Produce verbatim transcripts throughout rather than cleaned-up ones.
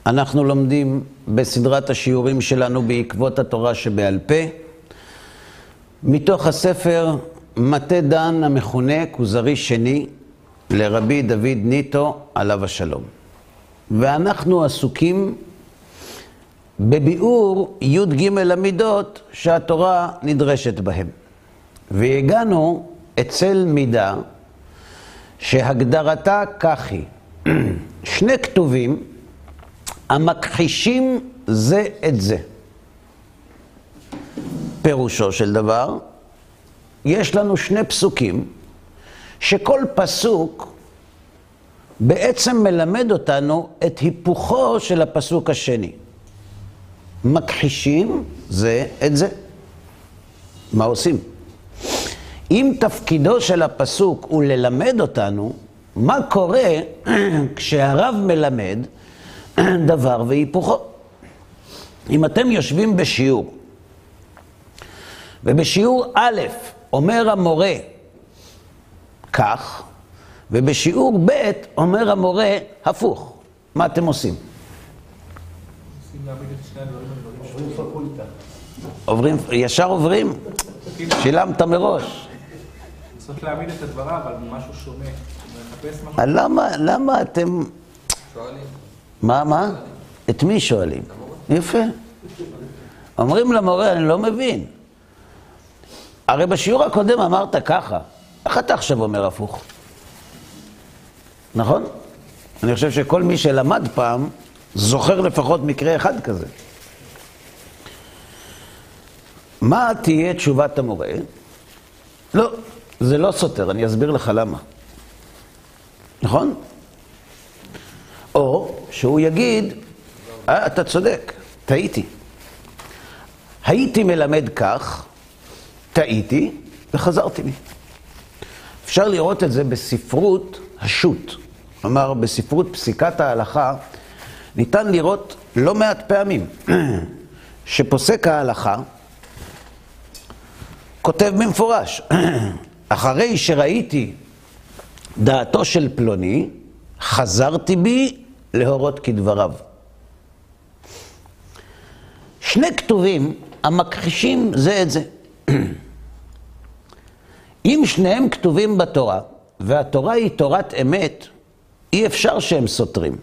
אנחנו לומדים בסדרת השיעורים שלנו בעקבות התורה שבעל פה, מתוך הספר מטה דן המכונה כוזרי שני לרבי דוד ניטו עליו השלום. ואנחנו עסוקים בביאור י' ג' המידות שהתורה נדרשת בהם. והגענו אצל מידה שהגדרתה כך היא, שני כתובים המכחישים זה את זה. פירושו של דבר, יש לנו שני פסוקים שכל פסוק בעצם מלמד אותנו את היפוכו של הפסוק השני. מכחישים זה את זה. מה עושים? אם תפקידו של הפסוק הוא ללמד אותנו, מה קורה כשהרב מלמד דבר והיפוכו? אם אתם יושבים בשיעור, ובשיעור א' אומר המורה כך, ובשיעור ב' אומר המורה הפוך, מה אתם עושים? עוברים פקולטה. עוברים, ישר עוברים? שילמת מראש. צריך להעמיד את הדברה, אבל משהו שונה. מחפש משהו... למה, למה אתם... שואלים. מה, מה? את מי שואלים? יפה. אומרים למורה, אני לא מבין. הרי בשיעור הקודם אמרת ככה. איך אתה עכשיו אומר הפוך? נכון? אני חושב שכל מי שלמד פעם זוכר לפחות מקרה אחד כזה. מה תהיה תשובת המורה? לא, זה לא סותר, אני אסביר לך למה. נכון? או שהוא יגיד, אה, אתה צודק, טעיתי. הייתי מלמד כך, טעיתי וחזרתי בי. אפשר לראות את זה בספרות השו"ת. כלומר, בספרות פסיקת ההלכה, ניתן לראות לא מעט פעמים שפוסק ההלכה כותב במפורש, אחרי שראיתי דעתו של פלוני, חזרתי בי להורות כדבריו. שני כתובים המכחישים זה את זה. אם שניהם כתובים בתורה, והתורה היא תורת אמת, אי אפשר שהם סותרים.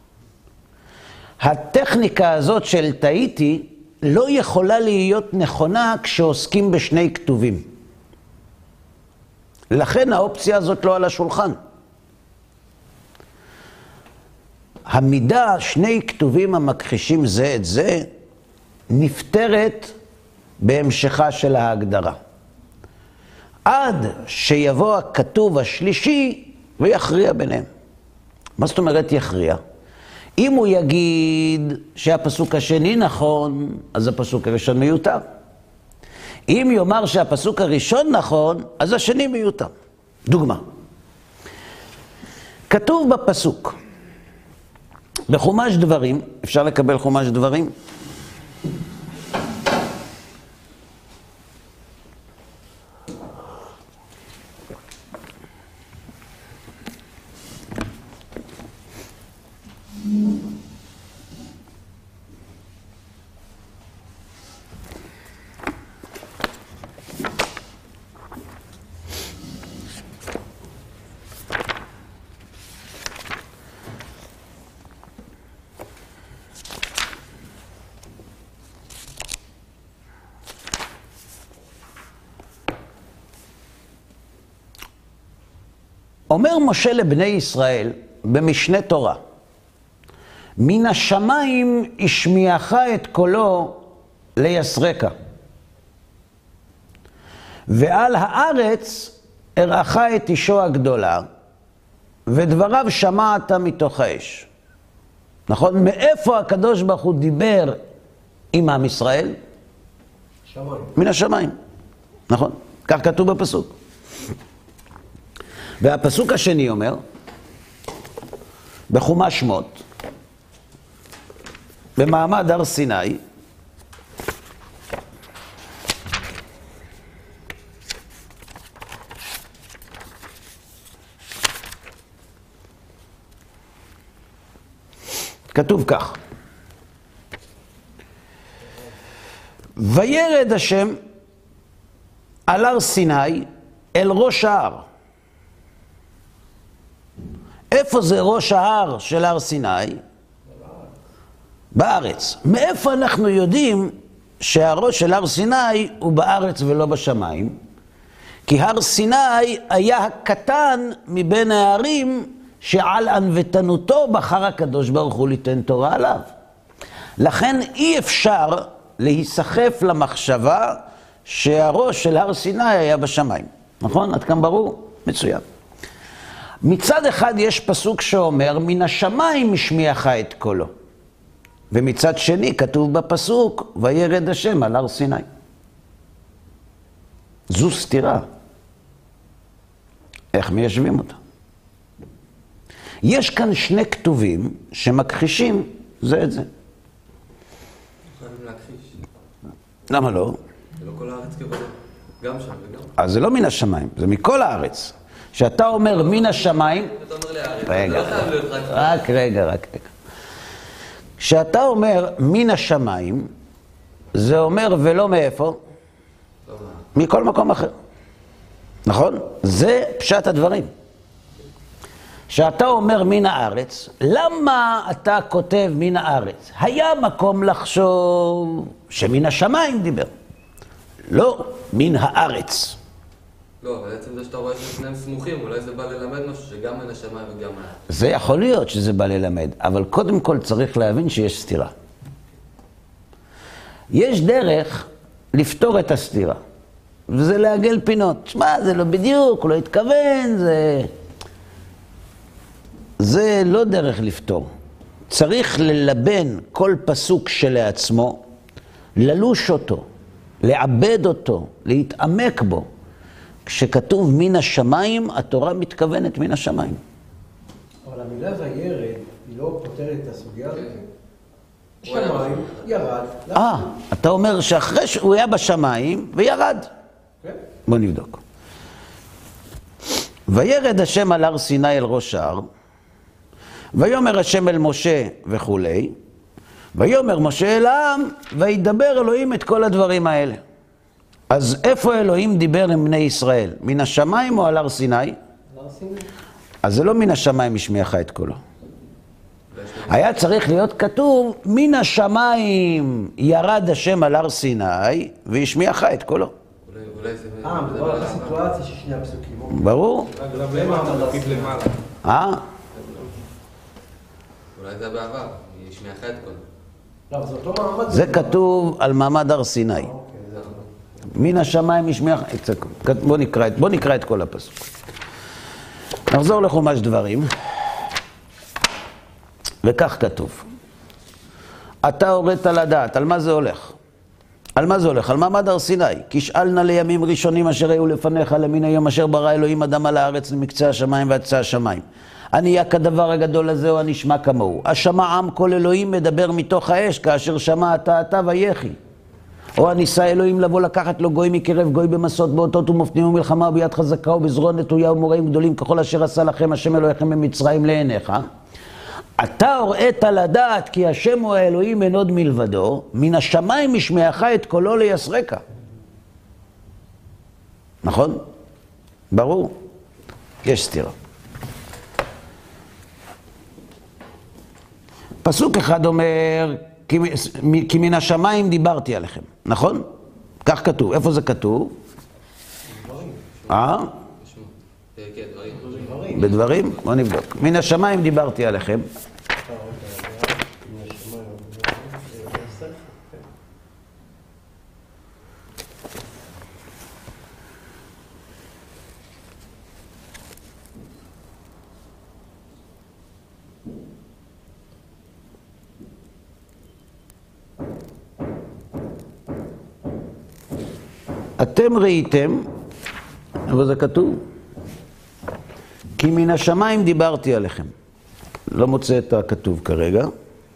הטכניקה הזאת של טעיתי לא יכולה להיות נכונה כשעוסקים בשני כתובים. לכן האופציה הזאת לא על השולחן. המידה שני כתובים המכחישים זה את זה נפטרת בהמשכה של ההגדרה. עד שיבוא הכתוב השלישי ויכריע ביניהם. מה זאת אומרת יכריע? אם הוא יגיד שהפסוק השני נכון, אז הפסוק הראשון מיותר. אם יאמר שהפסוק הראשון נכון, אז השני מיותר. דוגמה. כתוב בפסוק, בחומש דברים, אפשר לקבל חומש דברים? אומר משה לבני ישראל במשנה תורה, מן השמיים השמיעך את קולו ליסרקה, ועל הארץ הראך את אישו הגדולה, ודבריו שמעת מתוך האש. נכון? מאיפה הקדוש ברוך הוא דיבר עם עם ישראל? שמיים. מן השמיים. נכון? כך כתוב בפסוק. והפסוק השני אומר, בחומש שמות, במעמד הר סיני, כתוב כך, וירד השם על הר סיני אל ראש ההר. איפה זה ראש ההר של הר סיני? בארץ. מאיפה אנחנו יודעים שהראש של הר סיני הוא בארץ ולא בשמיים? כי הר סיני היה הקטן מבין ההרים שעל ענוותנותו בחר הקדוש ברוך הוא ליתן תורה עליו. לכן אי אפשר להיסחף למחשבה שהראש של הר סיני היה בשמיים. נכון? עד כאן ברור? מצוין. מצד אחד יש פסוק שאומר, מן השמיים השמיעך את קולו. ומצד שני כתוב בפסוק, וירד השם על הר סיני. זו סתירה. איך מיישבים אותה? יש כאן שני כתובים שמכחישים זה את זה. חייבים להכחיש. למה לא? זה לא כל הארץ כבודו. גם שם וגם. אז זה לא מן השמיים, זה מכל הארץ. שאתה אומר מן השמיים... אתה אומר לי הארץ. רגע, זה לא חייב להיות רק... רק רגע, רק רגע. כשאתה אומר מן השמיים, זה אומר ולא מאיפה? מכל מקום אחר. נכון? זה פשט הדברים. כשאתה אומר מן הארץ, למה אתה כותב מן הארץ? היה מקום לחשוב שמן השמיים דיבר. לא, מן הארץ. לא, אבל בעצם זה שאתה רואה ששניהם סמוכים, אולי זה בא ללמד משהו שגם מן השמיים וגם מהארץ. זה יכול להיות שזה בא ללמד, אבל קודם כל צריך להבין שיש סתירה. יש דרך לפתור את הסתירה, וזה לעגל פינות. שמה, זה לא בדיוק, הוא לא התכוון, זה... זה לא דרך לפתור. צריך ללבן כל פסוק שלעצמו, ללוש אותו, לעבד אותו, להתעמק בו. כשכתוב מן השמיים, התורה מתכוונת מן השמיים. אבל המילה וירד, היא לא פותרת את הסוגיה הזאת. שמיים, ירד. אה, אתה אומר שאחרי שהוא היה בשמיים וירד. כן. בוא נבדוק. וירד השם על הר סיני אל ראש ההר, ויאמר השם אל משה וכולי, ויאמר משה אל העם, וידבר אלוהים את כל הדברים האלה. אז איפה אלוהים דיבר עם בני ישראל? מן השמיים או על הר סיני? הר סיני. אז זה לא מן השמיים השמיעך את קולו. היה צריך להיות כתוב, מן השמיים ירד השם על הר סיני, והשמיעך את קולו. אולי זה... אה, מדבר על הסיטואציה של שני הפסוקים. ברור? רגליו למטה, לפיו למעלה. אה? אולי זה בעבר, היא השמיעך את קולו. לא, זה אותו מעמד. זה כתוב על מעמד הר סיני. מן השמיים השמיעך... בוא נקרא, בוא נקרא את כל הפסוק. נחזור לחומש דברים. וכך כתוב. אתה הורית לדעת, על מה זה הולך? על מה זה הולך? על מעמד הר סיני. כי שאלנה לימים ראשונים אשר היו לפניך, למן היום אשר ברא אלוהים אדם על הארץ למקצה השמיים ועד קצה השמיים. אני כדבר הגדול הזה או הנשמע כמוהו. השמע עם כל אלוהים מדבר מתוך האש, כאשר שמע אתה אתה ויחי. או הניסה אלוהים לבוא לקחת לו גוי מקרב גוי במסות באותות ומופנים ומלחמה וביד חזקה ובזרוע נטויה ומוראים גדולים ככל אשר עשה לכם השם אלוהיכם במצרים לעיניך. אתה הוראת לדעת כי השם הוא האלוהים אין עוד מלבדו, מן השמיים השמיעך את קולו ליסרקה. נכון? ברור? יש סתירה. פסוק אחד אומר, כי, כי מן השמיים דיברתי עליכם, נכון? כך כתוב. איפה זה כתוב? דברים. אה? כן, דברים. בדברים? בוא נבדוק. מן השמיים דיברתי עליכם. אתם ראיתם, אבל זה כתוב, כי מן השמיים דיברתי עליכם. לא מוצא את הכתוב כרגע.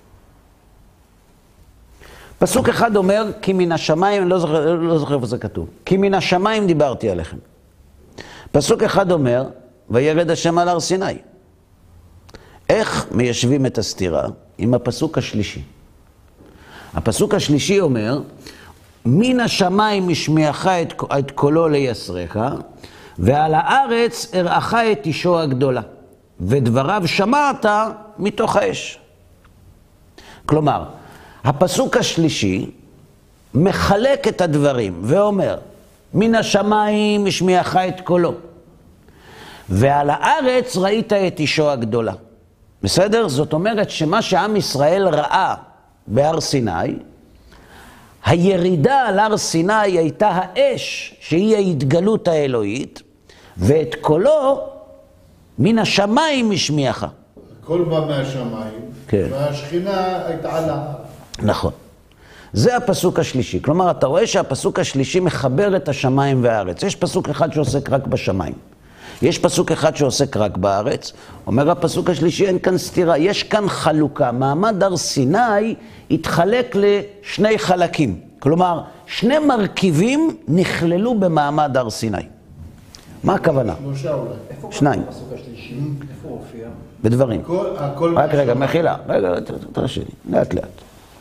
פסוק אחד אומר, כי מן השמיים, לא זוכר, לא זוכר איפה זה כתוב, כי מן השמיים דיברתי עליכם. פסוק אחד אומר, וירד השם על הר סיני. איך מיישבים את הסתירה? עם הפסוק השלישי. הפסוק השלישי אומר, מן השמיים השמיעך את, את קולו ליסרך, ועל הארץ הראך את אישו הגדולה, ודבריו שמעת מתוך האש. כלומר, הפסוק השלישי מחלק את הדברים ואומר, מן השמיים השמיעך את קולו, ועל הארץ ראית את אישו הגדולה. בסדר? זאת אומרת שמה שעם ישראל ראה בהר סיני, הירידה על הר סיני הייתה האש, שהיא ההתגלות האלוהית, ואת קולו מן השמיים השמיעך. הכל בא מהשמיים, כן. והשכינה הייתה על ההר. נכון. זה הפסוק השלישי. כלומר, אתה רואה שהפסוק השלישי מחבר את השמיים והארץ. יש פסוק אחד שעוסק רק בשמיים. יש פסוק אחד שעוסק רק בארץ. אומר הפסוק השלישי, אין כאן סתירה. יש כאן חלוקה. מעמד הר סיני התחלק לשני חלקים. כלומר, שני מרכיבים נכללו במעמד הר סיני. מה הכוונה? שלושה אולי. שניים. הפסוק השלישי, איפה הוא הופיע? בדברים. הכל, הכל רק רגע, מהשמיים. מחילה. רגע, תרשה לי. לאט לאט.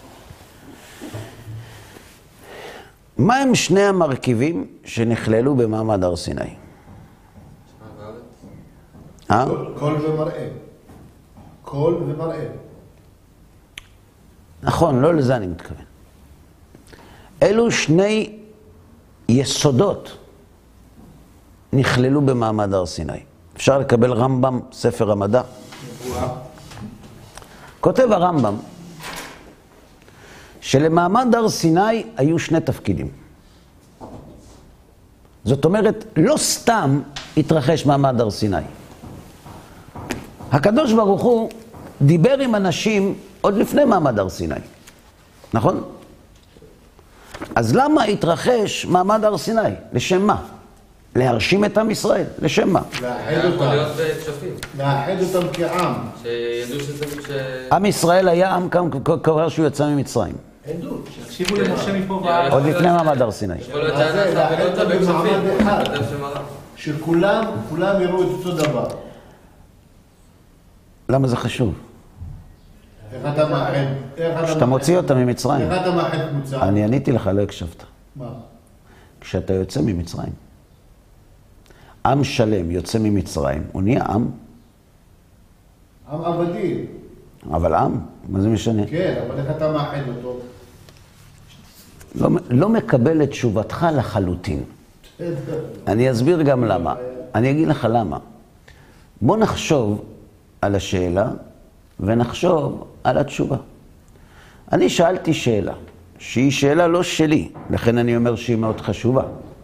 מה הם שני המרכיבים שנכללו במעמד הר סיני? אה? קול- קול ומראה. קול ומראה. נכון, לא לזה אני מתכוון. אלו שני יסודות נכללו במעמד הר סיני. אפשר לקבל רמב"ם, ספר המדע. כותב הרמב"ם שלמעמד הר סיני היו שני תפקידים. זאת אומרת, לא סתם התרחש מעמד הר סיני. הקדוש ברוך הוא דיבר עם אנשים עוד לפני מעמד הר סיני. נכון? אז למה התרחש מעמד הר סיני? לשם מה? להרשים את עם ישראל. לשם מה? לאחד היה יכול אותם. להיות כשפים, לאחד אותם כעם. שידעו שזה... ש- עם ישראל היה עם כבר שהוא יצא ממצרים. עדות. תקשיבו למשה מפה בארץ. עוד לפני מעמד הר סיני. יכול להיות מה זה? שהיה נעשה לאחד ולא אותם בכספים, במעמד אחד. אדם שמראה. שכולם, כולם יראו את אותו דבר. למה זה חשוב? איך אתה מאחד? איך אתה כשאתה מאחד? מוציא אותם ממצרים. איך אתה מאחד קבוצה? אני עניתי לך, לא הקשבת. מה? כשאתה יוצא ממצרים, עם שלם יוצא ממצרים, הוא נהיה עם, עם עבדים. אבל עם, מה זה משנה? כן, אבל איך אתה מאחד אותו? לא, לא מקבל את תשובתך לחלוטין. אני אסביר גם למה. אני אגיד לך למה. בוא נחשוב על השאלה ונחשוב על התשובה. אני שאלתי שאלה, שהיא שאלה לא שלי, לכן אני אומר שהיא מאוד חשובה.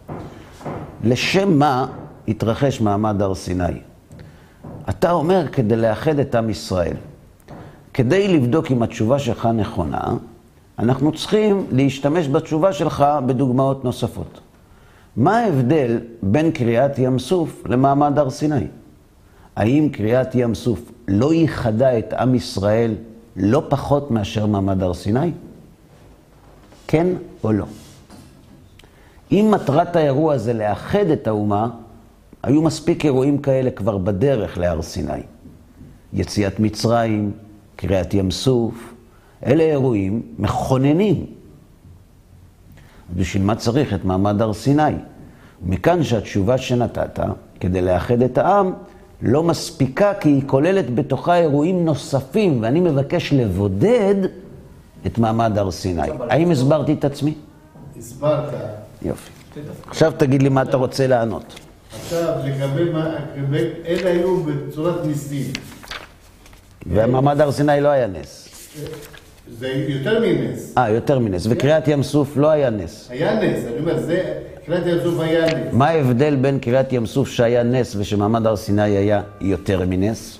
לשם מה התרחש מעמד הר סיני? אתה אומר כדי לאחד את עם ישראל. כדי לבדוק אם התשובה שלך נכונה, אנחנו צריכים להשתמש בתשובה שלך בדוגמאות נוספות. מה ההבדל בין קריאת ים סוף למעמד הר סיני? האם קריאת ים סוף לא ייחדה את עם ישראל לא פחות מאשר מעמד הר סיני? כן או לא? אם מטרת האירוע הזה לאחד את האומה, היו מספיק אירועים כאלה כבר בדרך להר סיני. יציאת מצרים, קריאת ים סוף, אלה אירועים מכוננים. בשביל מה צריך את מעמד הר סיני? מכאן שהתשובה שנתת, כדי לאחד את העם, לא מספיקה כי היא כוללת בתוכה אירועים נוספים, ואני מבקש לבודד את מעמד הר סיני. האם הסברתי את עצמי? הסברת. יופי. עכשיו תגיד לי מה אתה רוצה לענות. עכשיו, לגבי מה, אלה היו בצורת ניסים. ומעמד הר סיני לא היה נס. זה יותר מנס. אה, יותר מנס. וקריאת ים סוף לא היה נס. היה נס, אני אומר, זה, קריאת ים סוף היה נס. מה ההבדל בין קריאת ים סוף שהיה נס ושמעמד הר סיני היה יותר מנס?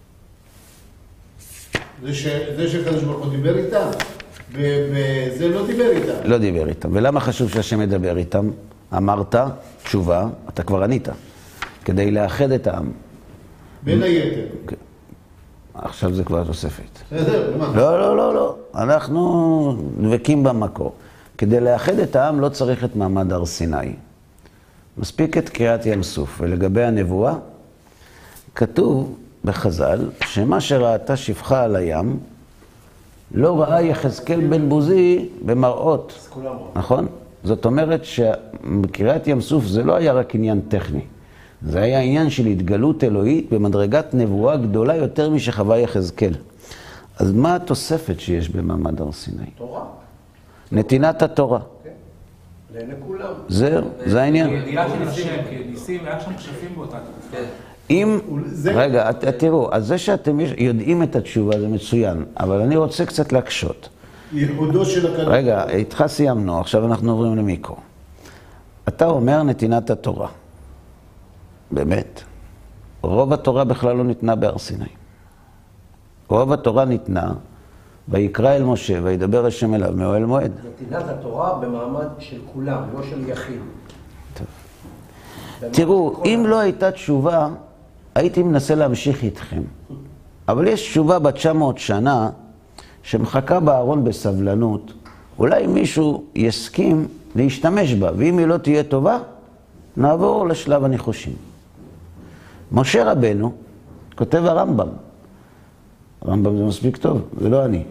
זה ש- זה שקדוש ברוך הוא דיבר איתם, וזה לא דיבר איתם. לא דיבר איתם. ולמה חשוב שהשם ידבר איתם? אמרת, תשובה, אתה כבר ענית. כדי לאחד את העם. בין היתר. עכשיו זה כבר תוספת. בסדר, מה? לא, לא, לא, לא. אנחנו דבקים במקור. כדי לאחד את העם לא צריך את מעמד הר סיני. מספיק את קריאת ים סוף. ולגבי הנבואה, כתוב בחז"ל שמה שראתה שפחה על הים, לא ראה יחזקאל בן בוזי במראות. נכון? זאת אומרת שבקריאת ים סוף זה לא היה רק עניין טכני. זה היה עניין של התגלות אלוהית במדרגת נבואה גדולה יותר משחווה יחזקאל. אז מה התוספת שיש במעמד הר סיני? תורה. נתינת התורה. כן. לעיני כולם. זהו, זה העניין. ידיעה של השם, כי ניסים, היה שם כשפים באותה תקופה. כן. אם, זה- רגע, את- תראו, אז זה שאתם יודעים את התשובה זה מצוין, אבל אני רוצה קצת להקשות. ייחודו של הקדוש. רגע, איתך סיימנו, עכשיו אנחנו עוברים למיקרו. אתה אומר נתינת התורה. באמת. רוב התורה בכלל לא ניתנה בהר סיני. רוב התורה ניתנה, ויקרא אל משה, וידבר השם אליו מאוהל מועד. נתינת התורה במעמד של כולם, לא של יחיד. טוב. במעמד תראו, כל אם ה- לא הייתה תשובה, הייתי מנסה להמשיך איתכם. אבל יש תשובה בת תשע מאות שנה, שמחכה בארון בסבלנות. אולי מישהו יסכים להשתמש בה, ואם היא לא תהיה טובה, נעבור לשלב הניחושים. משה רבנו כותב הרמב"ם. הרמב"ם זה מספיק טוב, זה לא אני.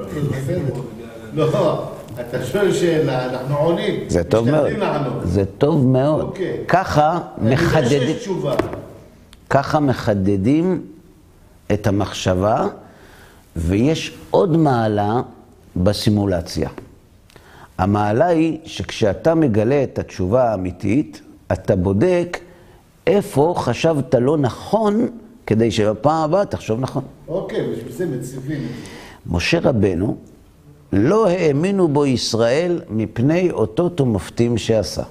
לא, אתה שואל שאלה, אנחנו עונים. זה טוב מאוד. משתדלים לענות. זה טוב מאוד. אוקיי. ככה אני יודע מחדדים, שיש תשובה. ככה מחדדים את המחשבה, ויש עוד מעלה בסימולציה. המעלה היא שכשאתה מגלה את התשובה האמיתית, אתה בודק איפה חשבת לא נכון, כדי שבפעם הבאה תחשוב נכון. אוקיי, בשביל זה מציבים. משה רבנו לא האמינו בו ישראל מפני אותות ומופתים שעשה.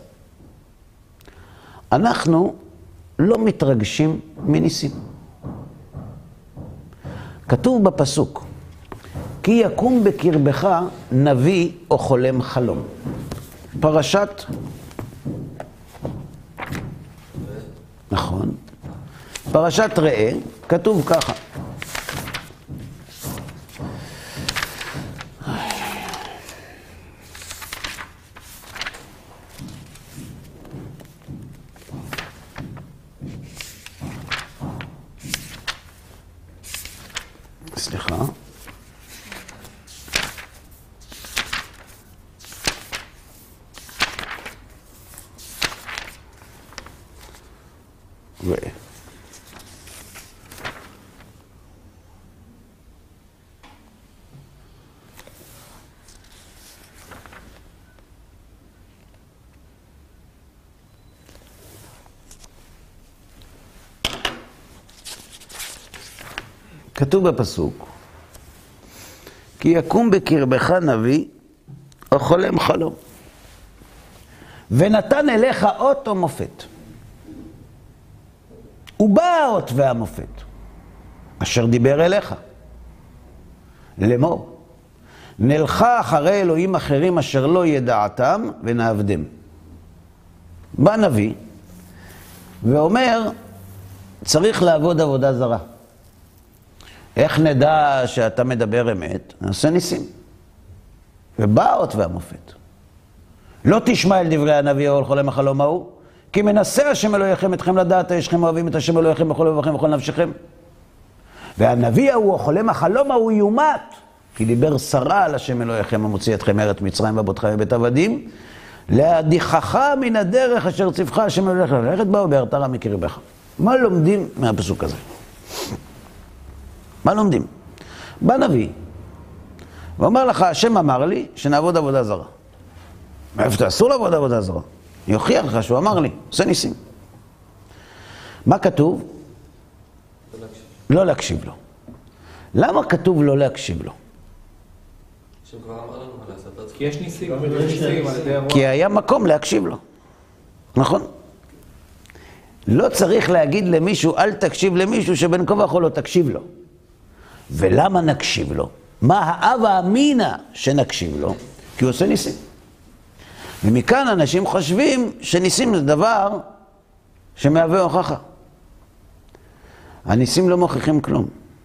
אנחנו לא מתרגשים מניסים. כתוב בפסוק, כי יקום בקרבך נביא או חולם חלום. פרשת, נכון, פרשת ראה, כתוב ככה. סליחה. ראה. כתוב בפסוק, כי יקום בקרבך נביא או חולם חלום, ונתן אליך אות או מופת. ובא האות והמופת, אשר דיבר אליך, לאמור, נלכה אחרי אלוהים אחרים אשר לא ידעתם ונעבדם. בא נביא ואומר, צריך לעבוד עבודה זרה. איך נדע שאתה מדבר אמת? נעשה ניסים. ובא האות והמופת. לא תשמע אל דברי הנביא או אל חולם החלום ההוא, כי מנסה השם אלוהיכם אתכם לדעת, הישכם אוהבים את השם אלוהיכם בכל לבבכם ובכל נפשכם. והנביא ההוא או חולם החלום ההוא יומת, כי דיבר שרה על השם אלוהיכם המוציא אתכם מארץ מצרים ואבותכם מבית עבדים, להדיחך מן הדרך אשר ציווך השם אלוהיכם ללכת בה ובארת רע מקרבך. מה לומדים מהפסוק הזה? מה לומדים? בא נביא, ואומר לך, השם אמר לי שנעבוד עבודה זרה. מאיפה אסור לעבוד עבודה זרה? אני אוכיח לך שהוא אמר לי, עושה ניסים. מה כתוב? לא להקשיב. לא להקשיב לו. למה כתוב לא להקשיב לו? השם כבר אמר לנו מה לעשות, לא צריך. כי יש ניסים, יש ניסים על ידי הרוח. כי היה מקום להקשיב לו. נכון? לא צריך להגיד למישהו, אל תקשיב למישהו שבין כה וכה לא תקשיב לו. ולמה נקשיב לו? מה האווה אמינא שנקשיב לו? כי הוא עושה ניסים. ומכאן אנשים חושבים שניסים זה דבר שמהווה הוכחה. הניסים לא מוכיחים כלום.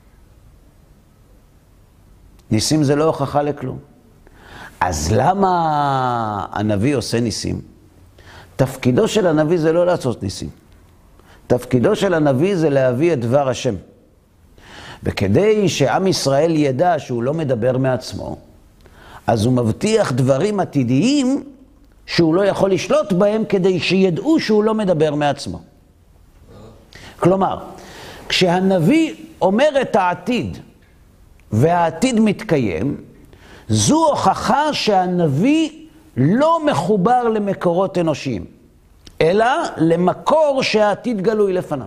ניסים זה לא הוכחה לכלום. אז למה הנביא עושה ניסים? תפקידו של הנביא זה לא לעשות ניסים. תפקידו של הנביא זה להביא את דבר השם. וכדי שעם ישראל ידע שהוא לא מדבר מעצמו, אז הוא מבטיח דברים עתידיים שהוא לא יכול לשלוט בהם כדי שידעו שהוא לא מדבר מעצמו. כלומר, כשהנביא אומר את העתיד והעתיד מתקיים, זו הוכחה שהנביא לא מחובר למקורות אנושיים, אלא למקור שהעתיד גלוי לפניו.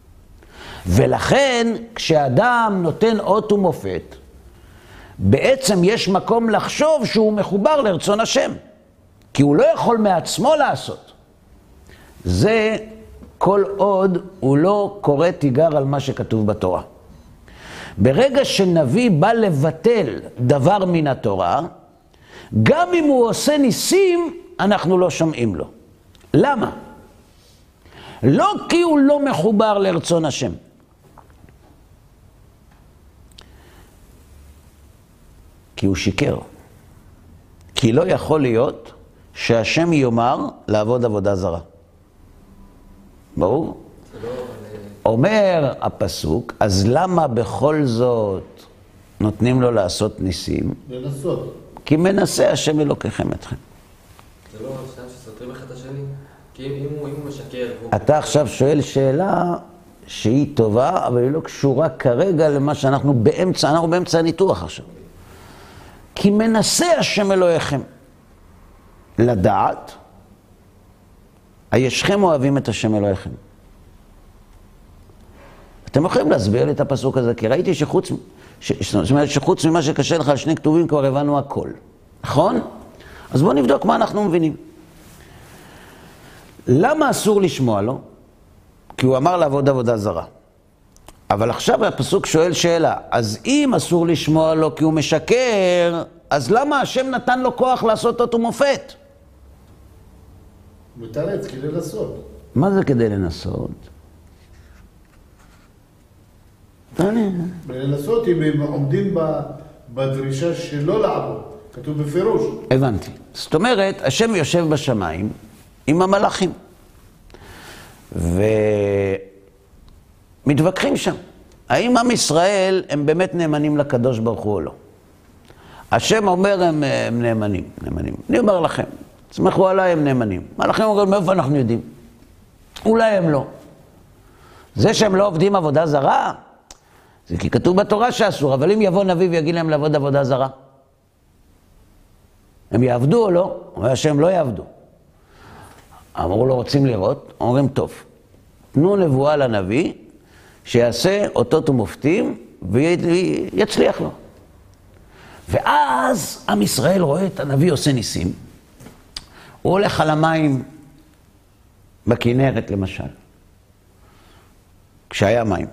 ולכן, כשאדם נותן אות ומופת, בעצם יש מקום לחשוב שהוא מחובר לרצון השם, כי הוא לא יכול מעצמו לעשות. זה כל עוד הוא לא קורא תיגר על מה שכתוב בתורה. ברגע שנביא בא לבטל דבר מן התורה, גם אם הוא עושה ניסים, אנחנו לא שומעים לו. למה? לא כי הוא לא מחובר לרצון השם. כי הוא שיקר. כי לא יכול להיות שהשם יאמר לעבוד עבודה זרה. ברור? אומר הפסוק, אז למה בכל זאת נותנים לו לעשות ניסים? לנסות. כי מנסה השם אלוקיכם אתכם. זה לא שתיים שסותרים אחד את השני? כי אם הוא משקר... אתה עכשיו שואל שאלה שהיא טובה, אבל היא לא קשורה כרגע למה שאנחנו באמצע, אנחנו באמצע הניתוח עכשיו. כי מנסה השם אלוהיכם לדעת, הישכם אוהבים את השם אלוהיכם. אתם יכולים להסביר לי את הפסוק הזה, כי ראיתי שחוץ, ש, זאת אומרת, שחוץ ממה שקשה לך על שני כתובים כבר הבנו הכל. נכון? אז בואו נבדוק מה אנחנו מבינים. למה אסור לשמוע לו? כי הוא אמר לעבוד עבודה זרה. אבל עכשיו הפסוק שואל שאלה, אז אם אסור לשמוע לו כי הוא משקר, אז למה השם נתן לו כוח לעשות אות ומופת? מתרץ כדי לנסות. מה זה כדי לנסות? לנסות אם הם עומדים בדרישה שלא לעבוד. כתוב בפירוש. הבנתי. זאת אומרת, השם יושב בשמיים עם המלאכים. ומתווכחים שם. האם עם ישראל הם באמת נאמנים לקדוש ברוך הוא או לא? השם אומר הם, הם נאמנים, נאמנים. אני אומר לכם, תסמכו עליי, הם נאמנים. מלאכים אומרים, מאיפה אנחנו יודעים? אולי הם לא. זה שהם לא עובדים עבודה זרה, זה כי כתוב בתורה שאסור, אבל אם יבוא נביא ויגיד להם לעבוד עבודה זרה, הם יעבדו או לא? אומר שהם לא יעבדו. אמרו לו, רוצים לראות? אומרים, טוב, תנו נבואה לנביא, שיעשה אותות ומופתים, ויצליח לו. ואז עם ישראל רואה את הנביא עושה ניסים. הוא הולך על המים בכנרת למשל, כשהיה מים.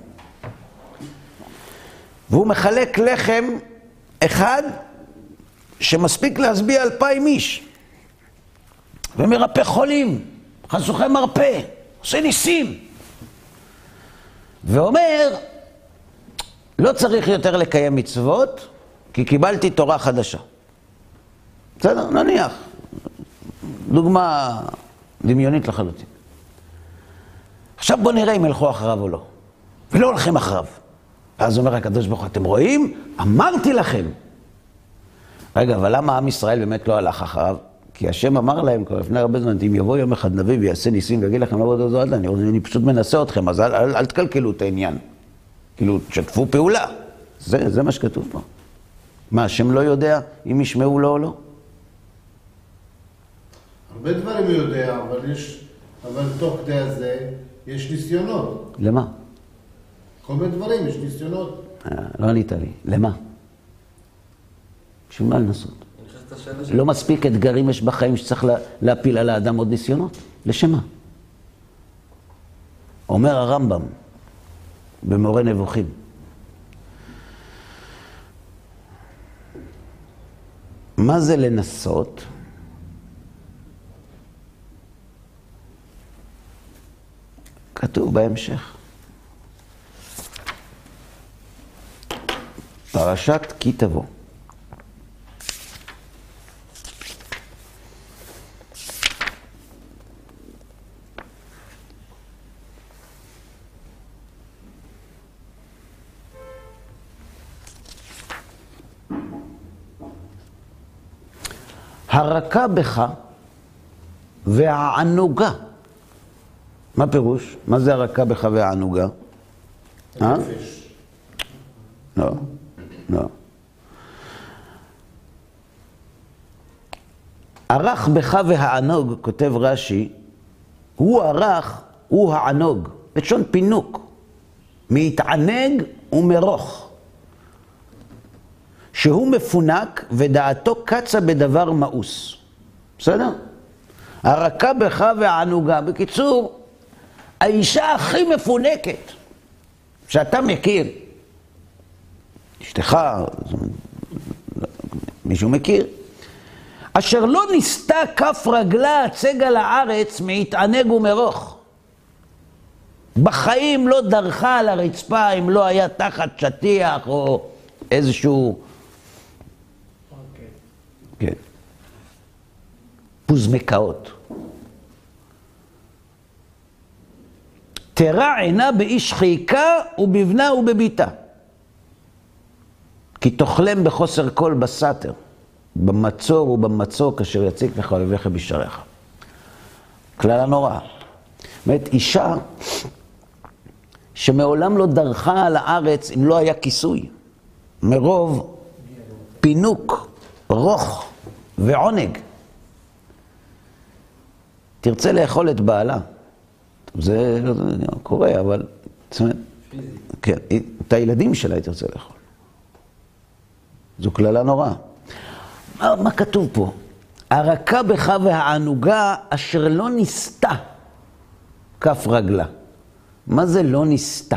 והוא מחלק לחם אחד שמספיק להשביע אלפיים איש. ומרפא חולים, חשוכי מרפא, עושה ניסים. ואומר, לא צריך יותר לקיים מצוות, כי קיבלתי תורה חדשה. בסדר, נניח. דוגמה דמיונית לחלוטין. עכשיו בוא נראה אם ילכו אחריו או לא. ולא הולכים אחריו. ואז אומר הקדוש ברוך הוא, אתם רואים? אמרתי לכם. רגע, אבל למה עם ישראל באמת לא הלך אחריו? כי השם אמר להם כבר לפני הרבה זמן, אם יבוא יום אחד נביא ויעשה ניסים ויגיד לכם לעבוד עבודה זרה, אני, אני פשוט מנסה אתכם, אז אל, אל, אל תקלקלו את העניין. כאילו, תשתפו פעולה. זה, זה מה שכתוב פה. מה, השם לא יודע אם ישמעו לו או לא? הרבה דברים הוא יודע, אבל יש, אבל תוך כדי הזה יש ניסיונות. למה? כל מיני דברים, יש ניסיונות. אה, לא ענית לי. למה? בשביל מה לנסות? לא מספיק אתגרים יש בחיים שצריך לה, להפיל על האדם עוד ניסיונות? לשמה? אומר הרמב"ם במורה נבוכים, מה זה לנסות? כתוב בהמשך. פרשת כי תבוא. הרכה בך והענוגה. מה פירוש? מה זה הרכה בך והענוגה? אה? לא, לא. ערך בך והענוג, כותב רש"י, הוא ערך, הוא הענוג, לשון פינוק, מהתענג ומרוך, שהוא מפונק ודעתו קצה בדבר מאוס. בסדר? הרכה בך והענוגה. בקיצור, האישה הכי מפונקת שאתה מכיר, אשתך, מישהו מכיר, אשר לא ניסתה כף רגלה הצג על הארץ מהתענג ומרוך. בחיים לא דרכה על הרצפה אם לא היה תחת שטיח או איזשהו... אוקיי. כן. פוזמקאות. תרע עינה באיש חיקה ובבנה ובביתה. כי תאכלם בחוסר כל בסתר, במצור ובמצור כאשר יציק לך אויביך בשעריך. כלל הנורא. זאת אומרת, אישה שמעולם לא דרכה על הארץ אם לא היה כיסוי, מרוב פינוק, רוך ועונג. תרצה לאכול את בעלה. זה לא קורה, אבל... כן, את הילדים שלה היא תרצה לאכול. זו כללה נוראה. מה, מה כתוב פה? הרכה בך והענוגה אשר לא ניסתה כף רגלה. מה זה לא ניסתה?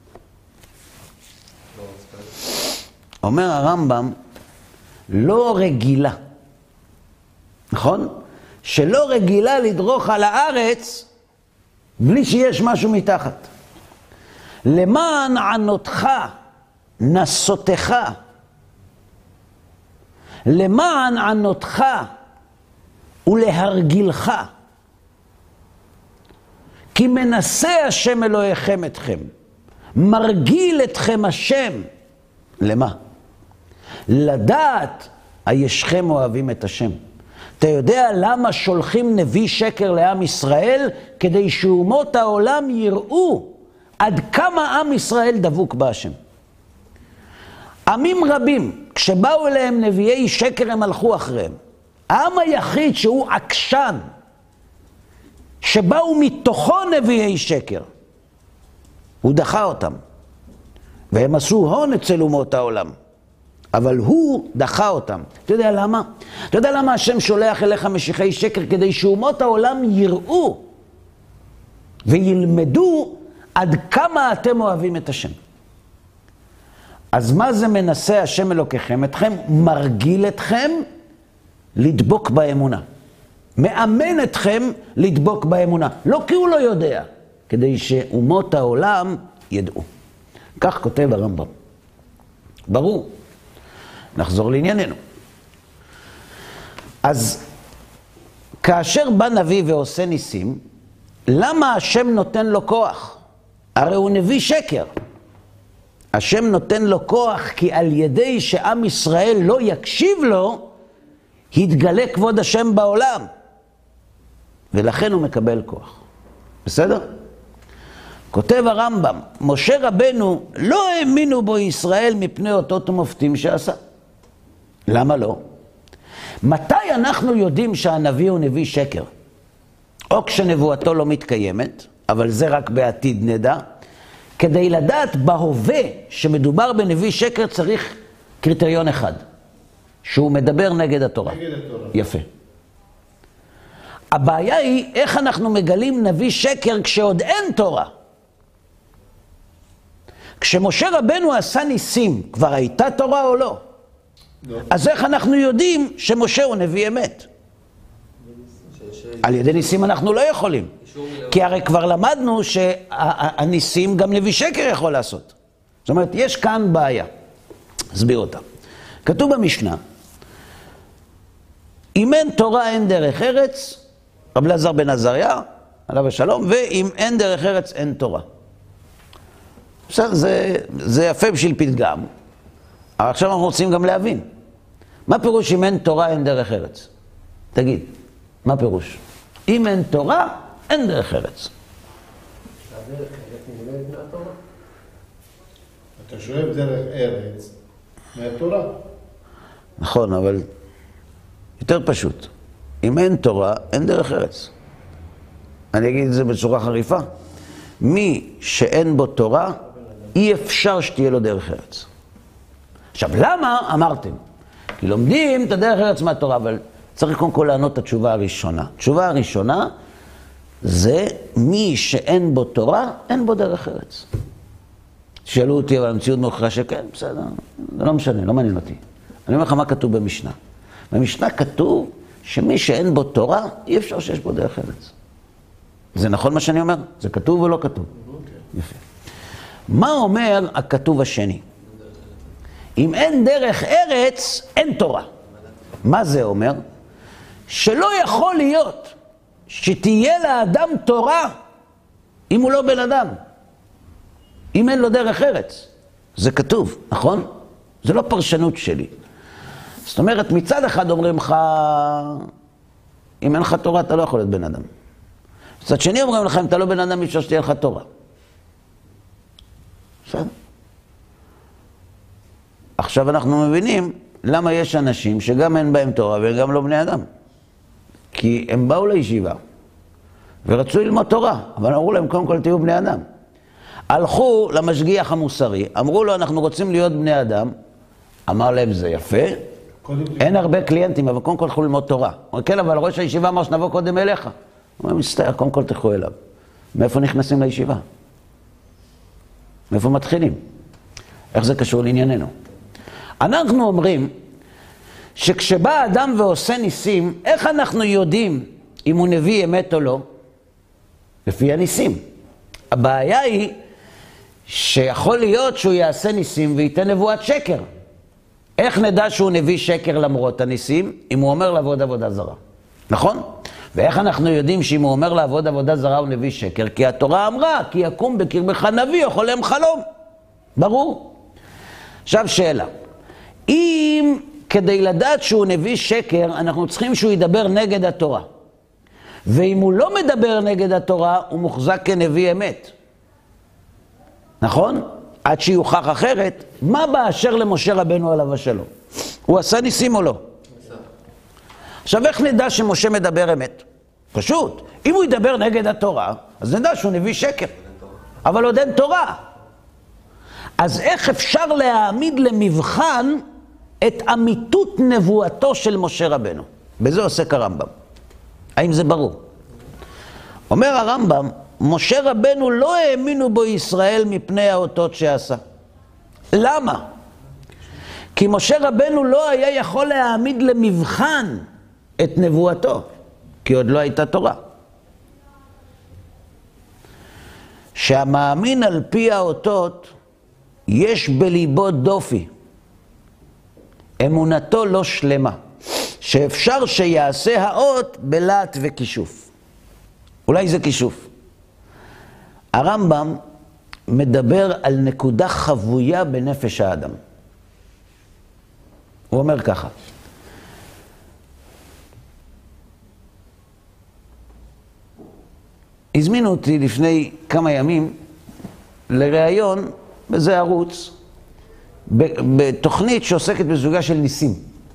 אומר הרמב"ם, לא רגילה. נכון? שלא רגילה לדרוך על הארץ בלי שיש משהו מתחת. למען ענותך, נסותך, למען ענותך ולהרגילך, כי מנסה השם אלוהיכם אתכם, מרגיל אתכם השם. למה? לדעת הישכם אוהבים את השם. אתה יודע למה שולחים נביא שקר לעם ישראל? כדי שאומות העולם יראו עד כמה עם ישראל דבוק בהשם. עמים רבים, כשבאו אליהם נביאי שקר, הם הלכו אחריהם. העם היחיד שהוא עקשן, שבאו מתוכו נביאי שקר, הוא דחה אותם. והם עשו הון אצל אומות העולם. אבל הוא דחה אותם. אתה יודע למה? אתה יודע למה השם שולח אליך משיחי שקר? כדי שאומות העולם יראו וילמדו עד כמה אתם אוהבים את השם. אז מה זה מנסה השם אלוקיכם אתכם? מרגיל אתכם לדבוק באמונה. מאמן אתכם לדבוק באמונה. לא כי הוא לא יודע, כדי שאומות העולם ידעו. כך כותב הרמב"ם. ברור. נחזור לענייננו. אז כאשר בא נביא ועושה ניסים, למה השם נותן לו כוח? הרי הוא נביא שקר. השם נותן לו כוח כי על ידי שעם ישראל לא יקשיב לו, יתגלה כבוד השם בעולם. ולכן הוא מקבל כוח. בסדר? כותב הרמב"ם, משה רבנו לא האמינו בו ישראל מפני אותות ומופתים שעשה. למה לא? מתי אנחנו יודעים שהנביא הוא נביא שקר? או כשנבואתו לא מתקיימת, אבל זה רק בעתיד נדע. כדי לדעת בהווה שמדובר בנביא שקר צריך קריטריון אחד, שהוא מדבר נגד התורה. נגד התורה. יפה. הבעיה היא איך אנחנו מגלים נביא שקר כשעוד אין תורה. כשמשה רבנו עשה ניסים, כבר הייתה תורה או לא? לא. אז איך אנחנו יודעים שמשה הוא נביא אמת? ש... על ידי ניסים אנחנו לא יכולים. כי הרי כבר למדנו שהניסים גם נביא שקר יכול לעשות. זאת אומרת, יש כאן בעיה. אסביר אותה. כתוב במשנה, אם אין תורה אין דרך ארץ, רב אלעזר בן עזריה, עליו השלום, ואם אין דרך ארץ אין תורה. עכשיו, זה, זה יפה בשביל פתגם, אבל עכשיו אנחנו רוצים גם להבין. מה פירוש אם אין תורה אין דרך ארץ? תגיד, מה פירוש? אם אין תורה, אין דרך ארץ. הדרך ארץ נמדדת מהתורה. אתה שואב דרך ארץ מהתורה. נכון, אבל יותר פשוט. אם אין תורה, אין דרך ארץ. אני אגיד את זה בצורה חריפה. מי שאין בו תורה, אי אפשר שתהיה לו דרך ארץ. עכשיו, למה? אמרתם. כי לומדים את הדרך ארץ מהתורה, אבל צריך קודם כל לענות את התשובה הראשונה. התשובה הראשונה זה מי שאין בו תורה, אין בו דרך ארץ. שאלו אותי, אבל המציאות מוכיחה שכן, בסדר, זה לא משנה, לא מעניין אותי. אני אומר לך מה כתוב במשנה. במשנה כתוב שמי שאין בו תורה, אי אפשר שיש בו דרך ארץ. זה נכון מה שאני אומר? זה כתוב או לא כתוב? יפה. מה אומר הכתוב השני? אם אין דרך ארץ, אין תורה. מה זה אומר? שלא יכול להיות שתהיה לאדם תורה אם הוא לא בן אדם. אם אין לו דרך ארץ. זה כתוב, נכון? זה לא פרשנות שלי. זאת אומרת, מצד אחד אומרים לך, אם אין לך תורה, אתה לא יכול להיות בן אדם. מצד שני אומרים לך, אם אתה לא בן אדם, אפשר שתהיה לך תורה. בסדר? עכשיו אנחנו מבינים למה יש אנשים שגם אין בהם תורה וגם לא בני אדם. כי הם באו לישיבה ורצו ללמוד תורה, אבל אמרו להם, קודם כל תהיו בני אדם. הלכו למשגיח המוסרי, אמרו לו, אנחנו רוצים להיות בני אדם. אמר להם, זה יפה, אין הרבה קליינטים, אבל קודם כל תלכו ללמוד תורה. אמר, כן, אבל ראש הישיבה אמר שנבוא קודם אליך. אמר, מסתער, קודם כל תלכו אליו. מאיפה נכנסים לישיבה? מאיפה מתחילים? איך זה קשור לענייננו? אנחנו אומרים שכשבא אדם ועושה ניסים, איך אנחנו יודעים אם הוא נביא אמת או לא? לפי הניסים. הבעיה היא שיכול להיות שהוא יעשה ניסים וייתן נבואת שקר. איך נדע שהוא נביא שקר למרות הניסים? אם הוא אומר לעבוד עבודה זרה. נכון? ואיך אנחנו יודעים שאם הוא אומר לעבוד עבודה זרה הוא נביא שקר? כי התורה אמרה, כי יקום בקרבך נביא או חולם חלום. ברור. עכשיו שאלה. אם כדי לדעת שהוא נביא שקר, אנחנו צריכים שהוא ידבר נגד התורה. ואם הוא לא מדבר נגד התורה, הוא מוחזק כנביא אמת. נכון? עד שיוכח אחרת, מה באשר למשה רבנו עליו השלום? הוא עשה ניסים או לא? עשה. עכשיו איך נדע שמשה מדבר אמת? פשוט. אם הוא ידבר נגד התורה, אז נדע שהוא נביא שקר. אבל עוד אין תורה. אז איך אפשר להעמיד למבחן את אמיתות נבואתו של משה רבנו? בזה עוסק הרמב"ם. האם זה ברור? אומר הרמב"ם, משה רבנו לא האמינו בו ישראל מפני האותות שעשה. למה? כי משה רבנו לא היה יכול להעמיד למבחן את נבואתו, כי עוד לא הייתה תורה. שהמאמין על פי האותות, יש בליבו דופי. אמונתו לא שלמה. שאפשר שיעשה האות בלט וכישוף. אולי זה כישוף. הרמב"ם מדבר על נקודה חבויה בנפש האדם. הוא אומר ככה. הזמינו אותי לפני כמה ימים לראיון בזה ערוץ, בתוכנית שעוסקת בסוגיה של ניסים.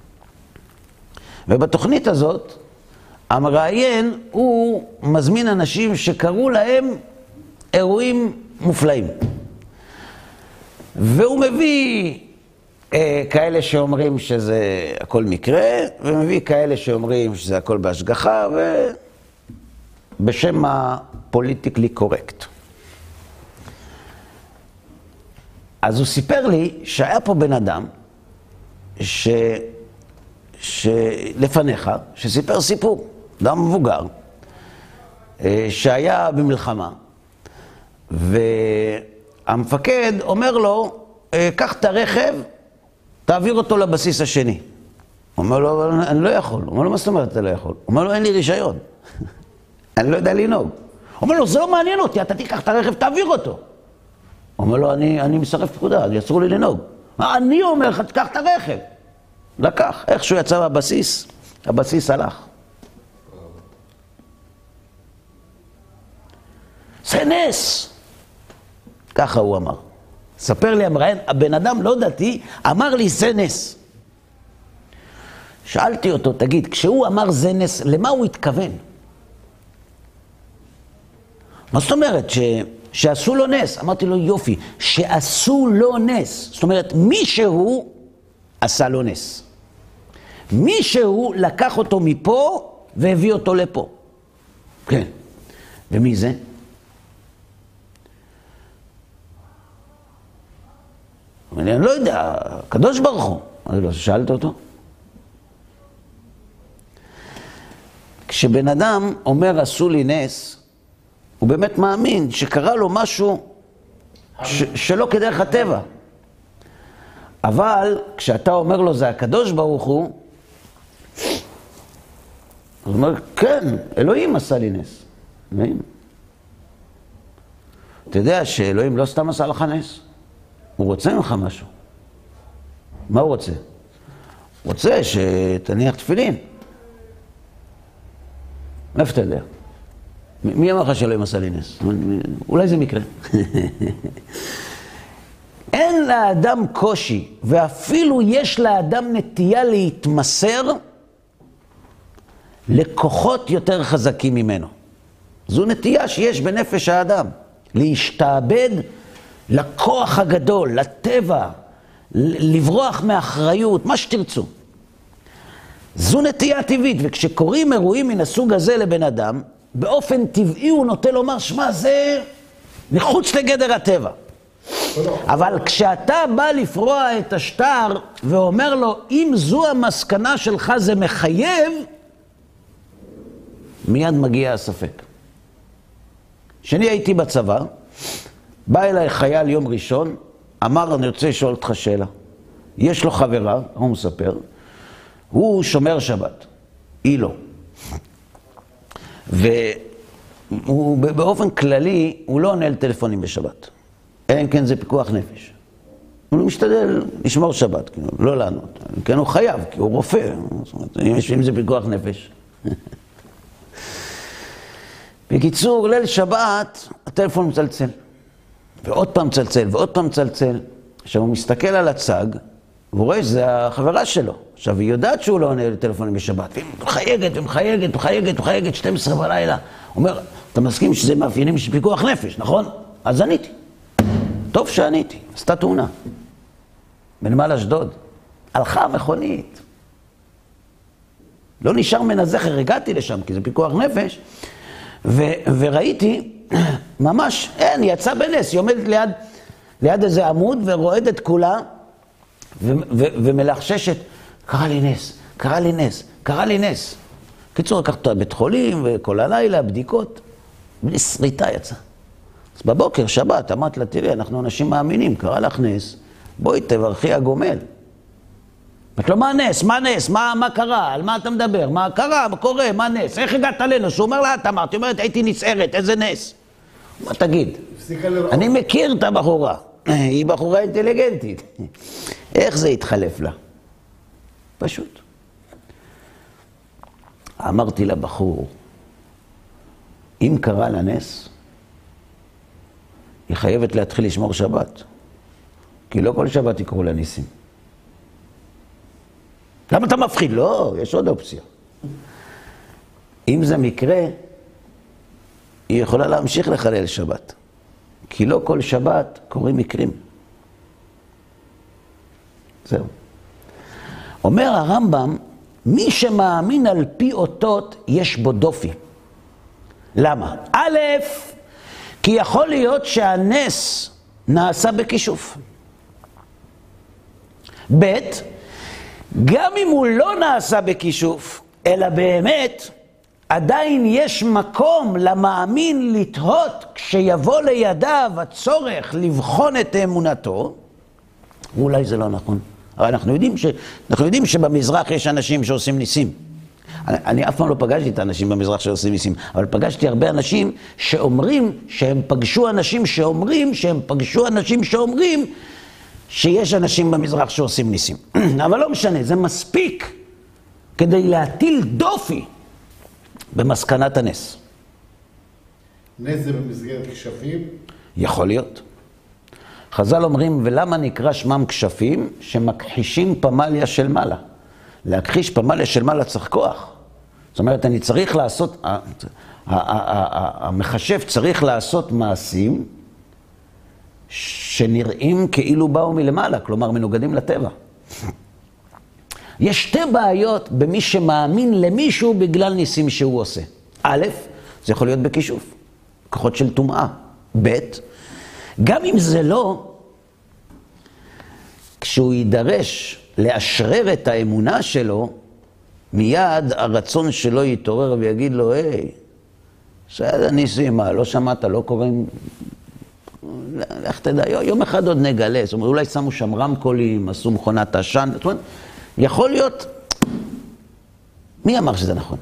ובתוכנית הזאת, המראיין הוא מזמין אנשים שקראו להם אירועים מופלאים. והוא מביא אה, כאלה שאומרים שזה הכל מקרה, ומביא כאלה שאומרים שזה הכל בהשגחה, ובשם הפוליטיקלי קורקט. אז הוא סיפר לי שהיה פה בן אדם, ש... שלפניך, שסיפר סיפור, אדם מבוגר, שהיה במלחמה, והמפקד אומר לו, קח את הרכב, תעביר אותו לבסיס השני. הוא אומר לו, אני לא יכול. הוא אומר לו, מה זאת אומרת אתה לא יכול? הוא אומר לו, אין לי רישיון. אני לא יודע לנהוג. הוא אומר לו, זה לא מעניין אותי, אתה תיקח את הרכב, תעביר אותו. הוא אומר לו, אני, אני מסרב פקודה, יצרו לי לנהוג. אני אומר לך, תיקח את הרכב. לקח. איך שהוא יצא מהבסיס, הבסיס הלך. זה נס. ככה הוא אמר. ספר לי המראיין, הבן אדם לא דתי, אמר לי זה נס. שאלתי אותו, תגיד, כשהוא אמר זה נס, למה הוא התכוון? מה זאת אומרת? ש... שעשו לו נס. אמרתי לו, יופי, שעשו לו נס. זאת אומרת, מישהו עשה לו נס. מישהו לקח אותו מפה והביא אותו לפה. כן. ומי זה? אני לא יודע, הקדוש ברוך הוא. אני לא, שאלת אותו? כשבן אדם אומר עשו לי נס, הוא באמת מאמין שקרה לו משהו ש- שלא כדרך הטבע. אבל כשאתה אומר לו זה הקדוש ברוך הוא, הוא אומר, כן, אלוהים עשה לי נס. אלוהים. אתה יודע שאלוהים לא סתם עשה לך נס? הוא רוצה ממך משהו. מה הוא רוצה? הוא רוצה שתניח תפילין. איפה אתה יודע? מי אמר לך שאלוהים עשה לי נס? אולי זה מקרה. אין לאדם קושי, ואפילו יש לאדם נטייה להתמסר לכוחות יותר חזקים ממנו. זו נטייה שיש בנפש האדם, להשתעבד לכוח הגדול, לטבע, לברוח מאחריות, מה שתרצו. זו נטייה טבעית, וכשקוראים אירועים מן הסוג הזה לבן אדם, באופן טבעי הוא נוטה לומר, שמע, זה מחוץ לגדר הטבע. אבל כשאתה בא לפרוע את השטר ואומר לו, אם זו המסקנה שלך זה מחייב, מיד מגיע הספק. כשאני הייתי בצבא, בא אליי חייל יום ראשון, אמר, אני רוצה לשאול אותך שאלה. יש לו חברה, הוא מספר, הוא שומר שבת, היא לא. ובאופן כללי, הוא לא עונה לטלפונים בשבת. אלא אם כן זה פיקוח נפש. הוא משתדל לשמור שבת, לא לענות. כן, הוא חייב, כי הוא רופא. זאת אומרת, אם זה פיקוח נפש. בקיצור, ליל שבת, הטלפון מצלצל. ועוד פעם מצלצל, ועוד פעם מצלצל. עכשיו הוא מסתכל על הצג, והוא רואה שזה החברה שלו. עכשיו היא יודעת שהוא לא עונה לטלפונים בשבת. והיא מחייגת, ומחייגת, ומחייגת, ומחייגת, שתים עשרה בלילה. הוא אומר, אתה מסכים שזה מאפיינים של פיקוח נפש, נכון? אז עניתי. טוב שעניתי, עשתה תאונה. בנמל אשדוד. הלכה מכונית. לא נשאר מן הזכר, הגעתי לשם, כי זה פיקוח נפש. ו- וראיתי, ממש, אין, היא יצאה בנס, היא עומדת ליד, ליד איזה עמוד ורועדת כולה, ו- ו- ומלחששת, קרה לי נס, קרה לי נס, קרה לי נס. קיצור, לקחת אותה בית חולים, וכל הלילה, בדיקות, בלי שריטה יצאה. אז בבוקר, שבת, אמרת לה, תראי, אנחנו אנשים מאמינים, קרה לך נס, בואי תברכי הגומל. אמרת לו, מה נס? מה נס? מה, מה קרה? על מה אתה מדבר? מה קרה? מה קורה? מה נס? איך הגעת עלינו? שהוא אומר לה, את אמרת, היא אומרת, הייתי נסערת, איזה נס? מה תגיד? אני מכיר את הבחורה, היא בחורה אינטליגנטית. איך זה התחלף לה? פשוט. אמרתי לבחור, אם קרה לה נס, היא חייבת להתחיל לשמור שבת. כי לא כל שבת יקראו לה ניסים. למה אתה מפחיד? לא, יש עוד אופציה. אם זה מקרה, היא יכולה להמשיך לחלל שבת. כי לא כל שבת קוראים מקרים. זהו. אומר הרמב"ם, מי שמאמין על פי אותות, יש בו דופי. למה? א', כי יכול להיות שהנס נעשה בכישוף. ב', גם אם הוא לא נעשה בכישוף, אלא באמת, עדיין יש מקום למאמין לתהות כשיבוא לידיו הצורך לבחון את אמונתו, ואולי זה לא נכון. אבל אנחנו יודעים, ש... אנחנו יודעים שבמזרח יש אנשים שעושים ניסים. אני, אני אף פעם לא פגשתי את האנשים במזרח שעושים ניסים, אבל פגשתי הרבה אנשים שאומרים שהם פגשו אנשים שאומרים שהם פגשו אנשים שאומרים שיש אנשים במזרח שעושים ניסים. אבל לא משנה, זה מספיק כדי להטיל דופי במסקנת הנס. נס זה במסגרת כשפים? יכול להיות. חז"ל אומרים, ולמה נקרא שמם כשפים? שמכחישים פמליה של מעלה. להכחיש פמליה של מעלה צריך כוח. זאת אומרת, אני צריך לעשות, המחשב צריך לעשות מעשים שנראים כאילו באו מלמעלה, כלומר מנוגדים לטבע. יש שתי בעיות במי שמאמין למישהו בגלל ניסים שהוא עושה. א', זה יכול להיות בכישוף, כוחות של טומאה. ב', גם אם זה לא, כשהוא יידרש לאשרר את האמונה שלו, מיד הרצון שלו יתעורר ויגיד לו, היי, בסדר ניסים, מה, לא שמעת, לא קוראים, לך תדע, יום אחד עוד נגלה, זאת אומרת, אולי שמו שם רמקולים, עשו מכונת עשן, זאת אומרת, יכול להיות, מי אמר שזה נכון?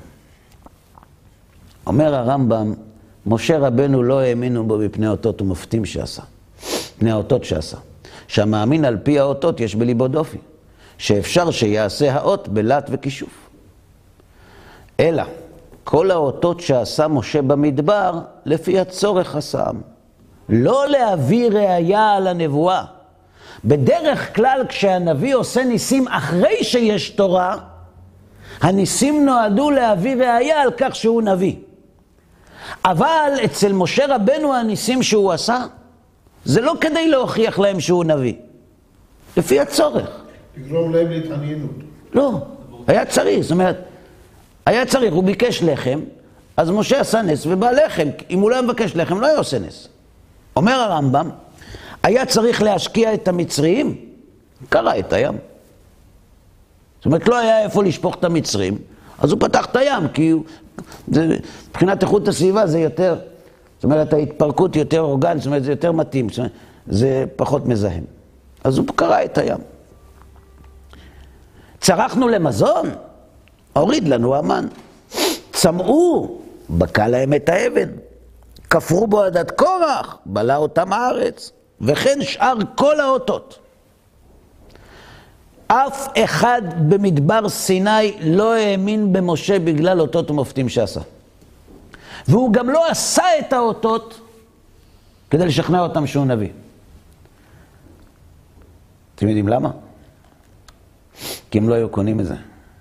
אומר הרמב"ם, משה רבנו לא האמינו בו מפני אותות ומופתים שעשה, פני האותות שעשה. שהמאמין על פי האותות יש בליבו דופי, שאפשר שיעשה האות בלט וכישוף. אלא, כל האותות שעשה משה במדבר, לפי הצורך עשם. לא להביא ראייה על הנבואה. בדרך כלל כשהנביא עושה ניסים אחרי שיש תורה, הניסים נועדו להביא ראייה על כך שהוא נביא. אבל אצל משה רבנו הניסים שהוא עשה, זה לא כדי להוכיח להם שהוא נביא. לפי הצורך. לגרום להם להתעניינות. לא, היה צריך, זאת אומרת, היה צריך, הוא ביקש לחם, אז משה עשה נס ובא לחם. אם הוא לא היה מבקש לחם, לא היה עושה נס. אומר הרמב"ם, היה צריך להשקיע את המצרים, קרא את הים. זאת אומרת, לא היה איפה לשפוך את המצרים, אז הוא פתח את הים, כי הוא, זה, מבחינת איכות הסביבה זה יותר, זאת אומרת, ההתפרקות יותר אורגנית, זאת אומרת, זה יותר מתאים, זאת אומרת, זה פחות מזהם. אז הוא קרא את הים. צרכנו למזון, הוריד לנו המן. צמאו, בקע להם את האבן. כפרו בו עדת קורח, בלע אותם הארץ. וכן שאר כל האותות. אף אחד במדבר סיני לא האמין במשה בגלל אותות ומופתים שעשה. והוא גם לא עשה את האותות כדי לשכנע אותם שהוא נביא. אתם יודעים למה? כי הם לא היו קונים את זה.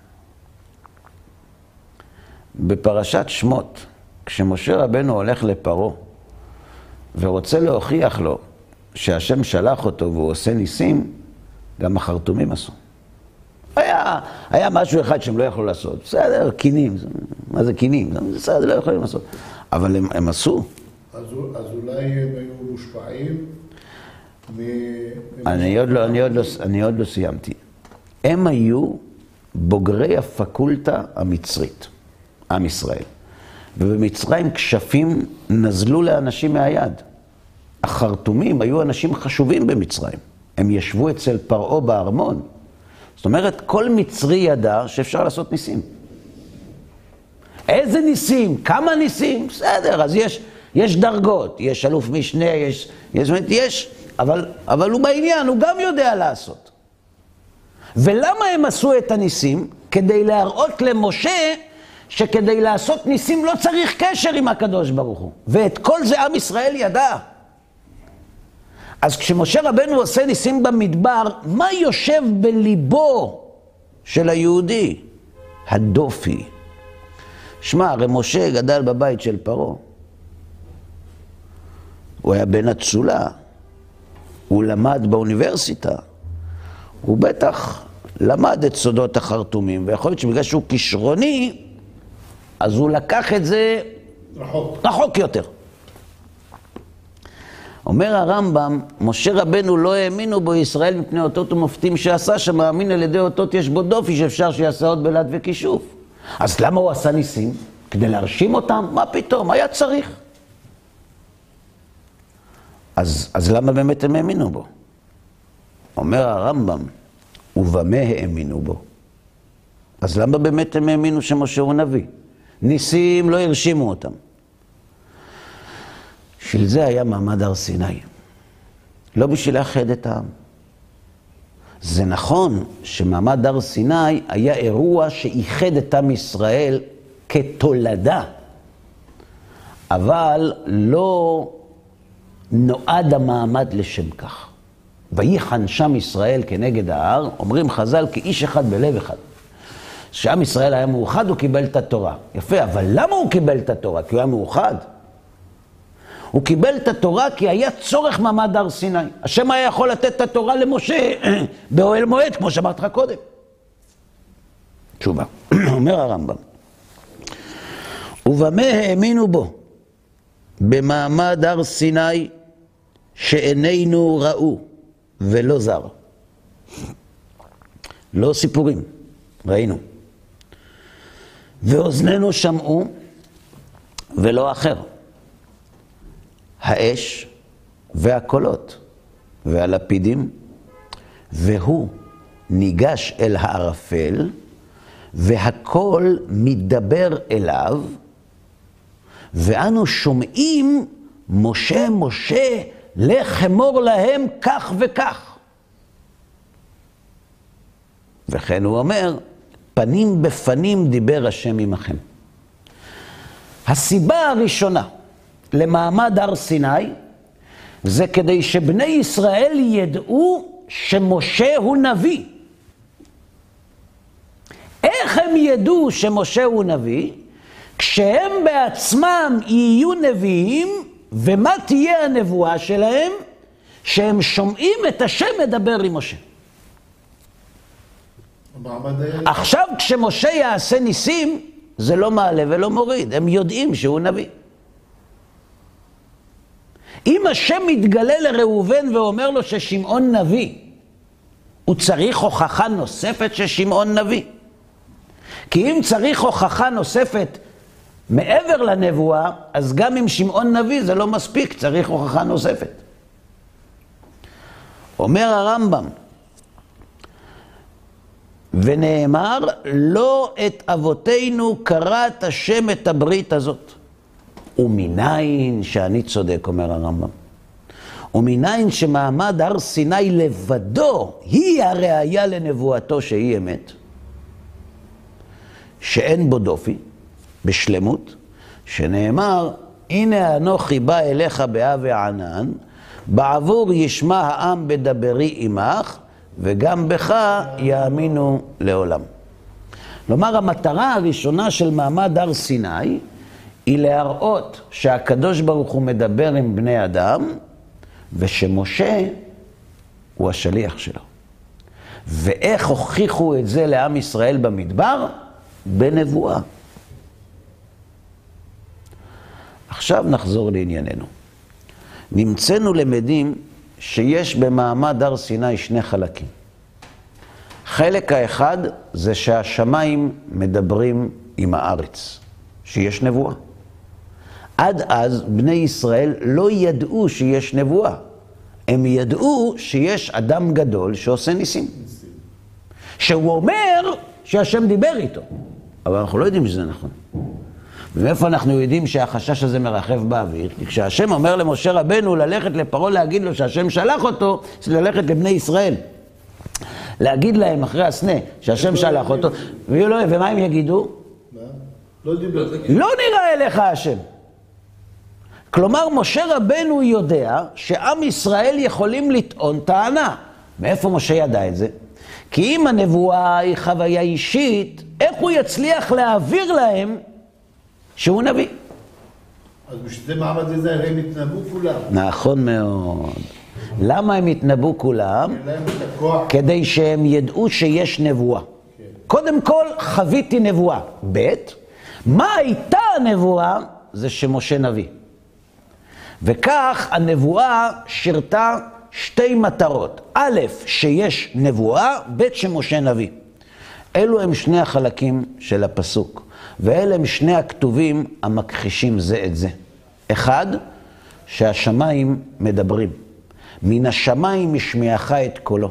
בפרשת שמות, כשמשה רבנו הולך לפרעה ורוצה להוכיח לו שהשם שלח אותו והוא עושה ניסים, גם החרטומים עשו. היה, היה משהו אחד שהם לא יכלו לעשות. בסדר, קינים. מה זה קינים? בסדר, לא יכולים לעשות. אבל הם, הם עשו. אז, אז אולי הם היו מושפעים מ... אני עוד לא, אני עוד לא, אני עוד לא סיימתי. הם היו בוגרי הפקולטה המצרית, עם ישראל. ובמצרים כשפים נזלו לאנשים מהיד. החרטומים היו אנשים חשובים במצרים. הם ישבו אצל פרעה בארמון. זאת אומרת, כל מצרי ידע שאפשר לעשות ניסים. איזה ניסים? כמה ניסים? בסדר, אז יש, יש דרגות. יש אלוף משנה, יש, יש, יש, אבל, אבל הוא בעניין, הוא גם יודע לעשות. ולמה הם עשו את הניסים? כדי להראות למשה שכדי לעשות ניסים לא צריך קשר עם הקדוש ברוך הוא. ואת כל זה עם ישראל ידע. אז כשמשה רבנו עושה ניסים במדבר, מה יושב בליבו של היהודי? הדופי. שמע, הרי משה גדל בבית של פרעה. הוא היה בן אצולה. הוא למד באוניברסיטה. הוא בטח למד את סודות החרטומים, ויכול להיות שבגלל שהוא כישרוני, אז הוא לקח את זה רחוק, רחוק יותר. אומר הרמב"ם, משה רבנו לא האמינו בו ישראל מפני אותות ומופתים שעשה, שמאמין על ידי אותות יש בו דופי שאפשר שיעשה עוד בלט וכישוף. אז למה הוא עשה ניסים? כדי להרשים אותם? מה פתאום? היה צריך. אז, אז למה באמת הם האמינו בו? אומר הרמב"ם, ובמה האמינו בו? אז למה באמת הם האמינו שמשה הוא נביא? ניסים לא הרשימו אותם. בשביל זה היה מעמד הר סיני. לא בשביל לאחד את העם. זה נכון שמעמד הר סיני היה אירוע שאיחד את עם ישראל כתולדה. אבל לא נועד המעמד לשם כך. ויחן שם ישראל כנגד ההר, אומרים חז"ל כאיש אחד בלב אחד. כשעם ישראל היה מאוחד הוא קיבל את התורה. יפה, אבל למה הוא קיבל את התורה? כי הוא היה מאוחד. הוא קיבל את התורה כי היה צורך מעמד הר סיני. השם היה יכול לתת את התורה למשה באוהל מועד, כמו שאמרת לך קודם. תשובה, אומר הרמב"ם. ובמה האמינו בו? במעמד הר סיני שעינינו ראו ולא זר. לא סיפורים, ראינו. ואוזנינו שמעו ולא אחר. האש והקולות והלפידים, והוא ניגש אל הערפל, והכל מדבר אליו, ואנו שומעים משה משה לך אמור להם כך וכך. וכן הוא אומר, פנים בפנים דיבר השם עמכם. הסיבה הראשונה למעמד הר סיני, זה כדי שבני ישראל ידעו שמשה הוא נביא. איך הם ידעו שמשה הוא נביא? כשהם בעצמם יהיו נביאים, ומה תהיה הנבואה שלהם? שהם שומעים את השם מדבר עם משה. עכשיו כשמשה יעשה ניסים, זה לא מעלה ולא מוריד, הם יודעים שהוא נביא. אם השם מתגלה לראובן ואומר לו ששמעון נביא, הוא צריך הוכחה נוספת ששמעון נביא. כי אם צריך הוכחה נוספת מעבר לנבואה, אז גם אם שמעון נביא זה לא מספיק, צריך הוכחה נוספת. אומר הרמב"ם, ונאמר, לא את אבותינו קראת השם את הברית הזאת. ומניין שאני צודק, אומר הרמב"ם. ומניין שמעמד הר סיני לבדו היא הראיה לנבואתו שהיא אמת. שאין בו דופי, בשלמות, שנאמר, הנה אנוכי בא אליך באב וענן, בעבור ישמע העם בדברי עמך, וגם בך יאמינו לעולם. כלומר, המטרה הראשונה של מעמד הר סיני, היא להראות שהקדוש ברוך הוא מדבר עם בני אדם, ושמשה הוא השליח שלו. ואיך הוכיחו את זה לעם ישראל במדבר? בנבואה. עכשיו נחזור לענייננו. נמצאנו למדים שיש במעמד הר סיני שני חלקים. חלק האחד זה שהשמיים מדברים עם הארץ, שיש נבואה. עד אז בני ישראל לא ידעו שיש נבואה. הם ידעו שיש אדם גדול שעושה ניסים. שהוא אומר שהשם דיבר איתו. אבל אנחנו לא יודעים שזה נכון. ומאיפה אנחנו יודעים שהחשש הזה מרחב באוויר? כי כשהשם אומר למשה רבנו ללכת לפרעה להגיד לו שהשם שלח אותו, זה ללכת לבני ישראל. להגיד להם אחרי הסנה שהשם שלח אותו, ומה הם יגידו? לא נראה אליך השם. כלומר, משה רבנו יודע שעם ישראל יכולים לטעון טענה. מאיפה משה ידע את זה? כי אם הנבואה היא חוויה אישית, איך הוא יצליח להעביר להם שהוא נביא? אז בשביל מעמד הזה הם התנבאו כולם. נכון מאוד. למה הם התנבאו כולם? כדי שהם ידעו שיש נבואה. קודם כל, חוויתי נבואה. ב' מה הייתה הנבואה? זה שמשה נביא. וכך הנבואה שירתה שתי מטרות. א', שיש נבואה, ב', שמשה נביא. אלו הם שני החלקים של הפסוק. ואלה הם שני הכתובים המכחישים זה את זה. אחד, שהשמיים מדברים. מן השמיים משמיעך את קולו.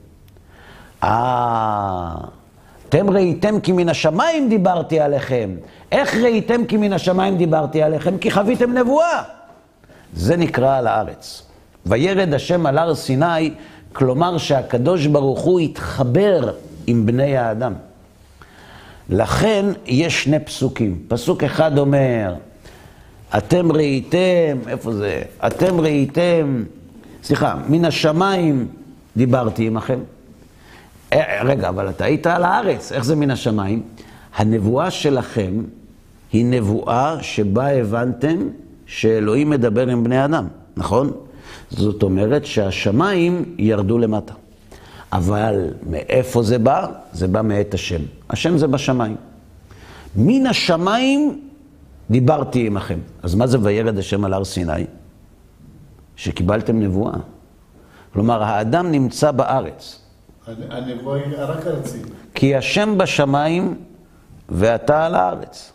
אה, אתם ראיתם כי מן השמיים דיברתי עליכם. איך ראיתם כי מן השמיים דיברתי עליכם? כי חוויתם נבואה. זה נקרא על הארץ. וירד השם על הר סיני, כלומר שהקדוש ברוך הוא התחבר עם בני האדם. לכן יש שני פסוקים. פסוק אחד אומר, אתם ראיתם, איפה זה? אתם ראיתם, סליחה, מן השמיים דיברתי עמכם. רגע, אבל אתה היית על הארץ, איך זה מן השמיים? הנבואה שלכם היא נבואה שבה הבנתם שאלוהים מדבר עם בני אדם, נכון? זאת אומרת שהשמיים ירדו למטה. אבל מאיפה זה בא? זה בא מאת השם. השם זה בשמיים. מן השמיים דיברתי עמכם. אז מה זה וירד השם על הר סיני? שקיבלתם נבואה. כלומר, האדם נמצא בארץ. הנבואה היא רק ארצית. כי השם בשמיים ואתה על הארץ.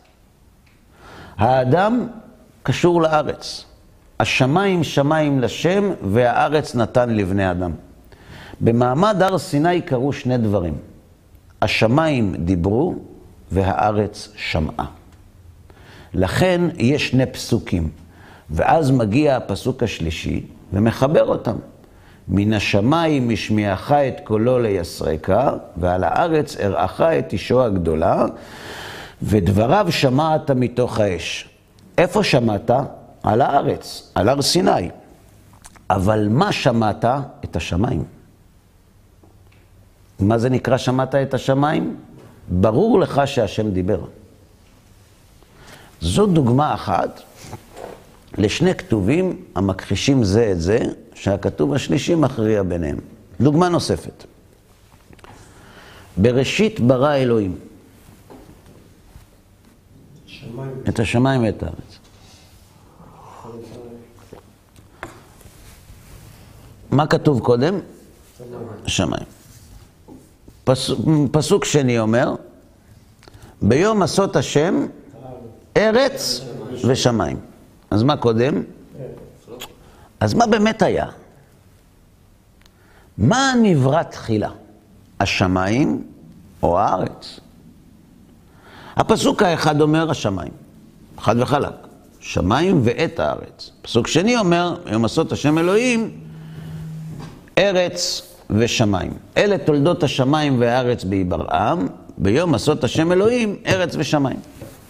האדם קשור לארץ. השמיים שמיים לשם והארץ נתן לבני אדם. במעמד הר סיני קרו שני דברים. השמיים דיברו והארץ שמעה. לכן יש שני פסוקים. ואז מגיע הפסוק השלישי ומחבר אותם. מן השמיים השמיעך את קולו ליסרקה, ועל הארץ הראך את אישו הגדולה, ודבריו שמעת מתוך האש. איפה שמעת? על הארץ, על הר סיני. אבל מה שמעת? את השמיים. מה זה נקרא שמעת את השמיים? ברור לך שהשם דיבר. זו דוגמה אחת לשני כתובים המכחישים זה את זה, שהכתוב השלישי מכריע ביניהם. דוגמה נוספת. בראשית ברא אלוהים שמיים. את השמיים ואת הארץ. מה כתוב קודם? השמיים. פסוק, פסוק שני אומר, ביום עשות השם ארץ ושמיים. אז מה קודם? אז מה באמת היה? מה נברא תחילה? השמיים או הארץ? הפסוק האחד אומר השמיים, חד וחלק, שמיים ואת הארץ. פסוק שני אומר, יום עשות השם אלוהים, ארץ ושמיים. אלה תולדות השמיים והארץ בהיברעם, ביום עשות השם אלוהים, ארץ ושמיים.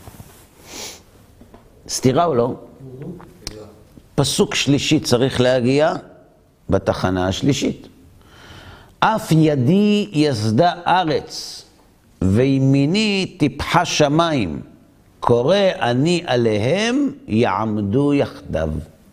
סתירה או לא? פסוק שלישי צריך להגיע בתחנה השלישית. אף ידי יסדה ארץ, וימיני טיפחה שמיים, קורא אני עליהם, יעמדו יחדיו.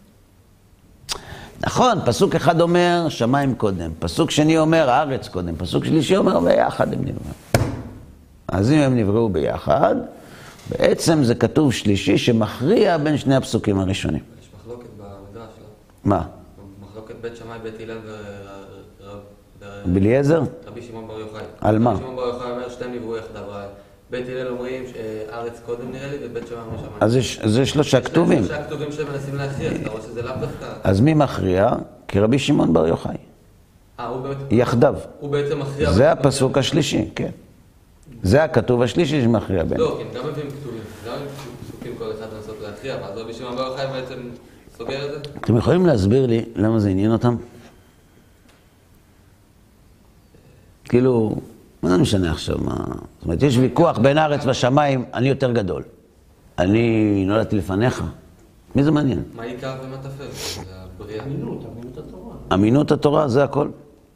נכון, פסוק אחד אומר שמיים קודם, פסוק שני אומר הארץ קודם, פסוק שלישי אומר ביחד הם נבראו. אז אם הם נבראו ביחד, בעצם זה כתוב שלישי שמכריע בין שני הפסוקים הראשונים. יש מחלוקת במדרש, לא? מה? מחלוקת בית שמאי, בית הלל ורב... בליעזר? רבי שמעון בר יוחאי. על מה? רבי שמעון בר יוחאי אומר שתיהם נבראו יחדיו. בית הלל אומרים שארץ קודם נראה לי, ובית שמאי אומר שמיים. אז יש, זה שלושה כתובים. שלושה כתובים שמנסים להכריע, אתה רואה שזה לאו דווקא. אז מי מכריע? כי רבי שמעון בר יוחאי. אה, הוא באמת... יחדיו. הוא בעצם מכריע... זה הפסוק השלישי, כן. זה הכתוב השלישי שמכריע בין. לא, כן, גם מביאים כתובים. גם מביאים פסוקים כל אחד לנסות להכריע, ואז רבי שמעון בר יוחאי בעצם סוגר את זה. אתם יכולים להסביר לי למה זה עניין אותם? כאילו, מה זה משנה עכשיו? מה... זאת אומרת, יש ויכוח בין הארץ והשמיים, אני יותר גדול. אני נולדתי לפניך. מי זה מעניין? מה עיקר ומה טפל? זה הבריאה. אמינות, אמינות התורה. אמינות התורה, זה הכל.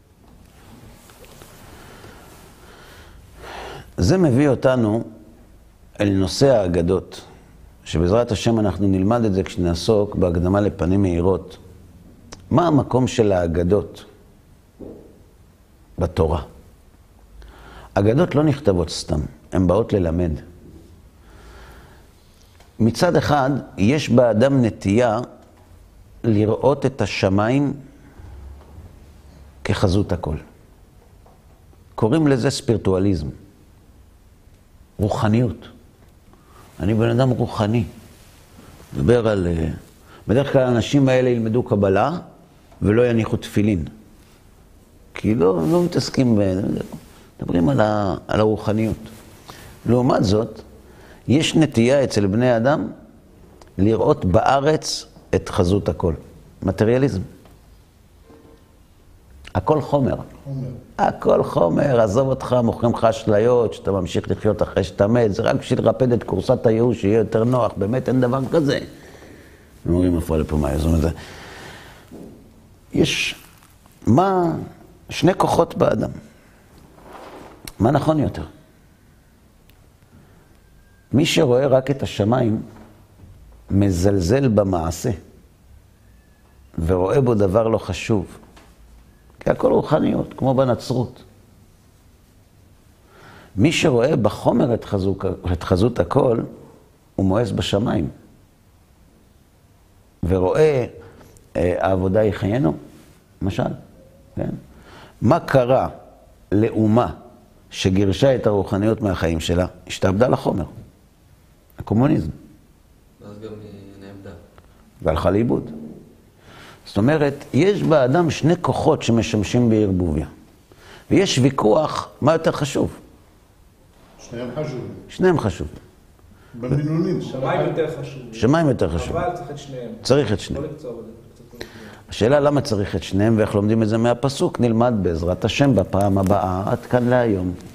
זה מביא אותנו אל נושא האגדות, שבעזרת השם אנחנו נלמד את זה כשנעסוק בהקדמה לפנים מהירות. מה המקום של האגדות בתורה? אגדות לא נכתבות סתם, הן באות ללמד. מצד אחד, יש באדם נטייה לראות את השמיים כחזות הכל. קוראים לזה ספירטואליזם. רוחניות. אני בן אדם רוחני. מדבר על... בדרך כלל האנשים האלה ילמדו קבלה ולא יניחו תפילין. כי לא, לא מתעסקים ב... מדברים על, ה... על הרוחניות. לעומת זאת, יש נטייה אצל בני אדם לראות בארץ את חזות הכל. מטריאליזם. הכל חומר. חומר. הכל חומר, עזוב אותך, מוכרים לך אשליות, שאתה ממשיך לחיות אחרי שאתה מת, זה רק בשביל לרפד את קורסת הייאוש, שיהיה יותר נוח, באמת אין דבר כזה. הם אומרים איפה לפומאי. זאת אומרת, יש, מה, שני כוחות באדם. מה נכון יותר? מי שרואה רק את השמיים, מזלזל במעשה, ורואה בו דבר לא חשוב. כי הכל רוחניות, כמו בנצרות. מי שרואה בחומר את, חזוק, את חזות הכל, הוא מואס בשמיים. ורואה, אה, העבודה היא חיינו, למשל. כן? מה קרה לאומה שגירשה את הרוחניות מהחיים שלה? השתעבדה לחומר. הקומוניזם. ואז גם נעמדה. והלכה לאיבוד. זאת אומרת, יש באדם שני כוחות שמשמשים בערבוביה. ויש ויכוח מה יותר חשוב. שניהם חשובים. שניהם חשוב. במינונים. שמיים יותר חשוב. שמיים יותר חשוב. אבל צריך את שניהם. צריך את שניהם. לא לקצור את זה. קצת לא לקצור. השאלה למה צריך את שניהם ואיך לומדים את זה מהפסוק, נלמד בעזרת השם בפעם הבאה. עד כאן להיום.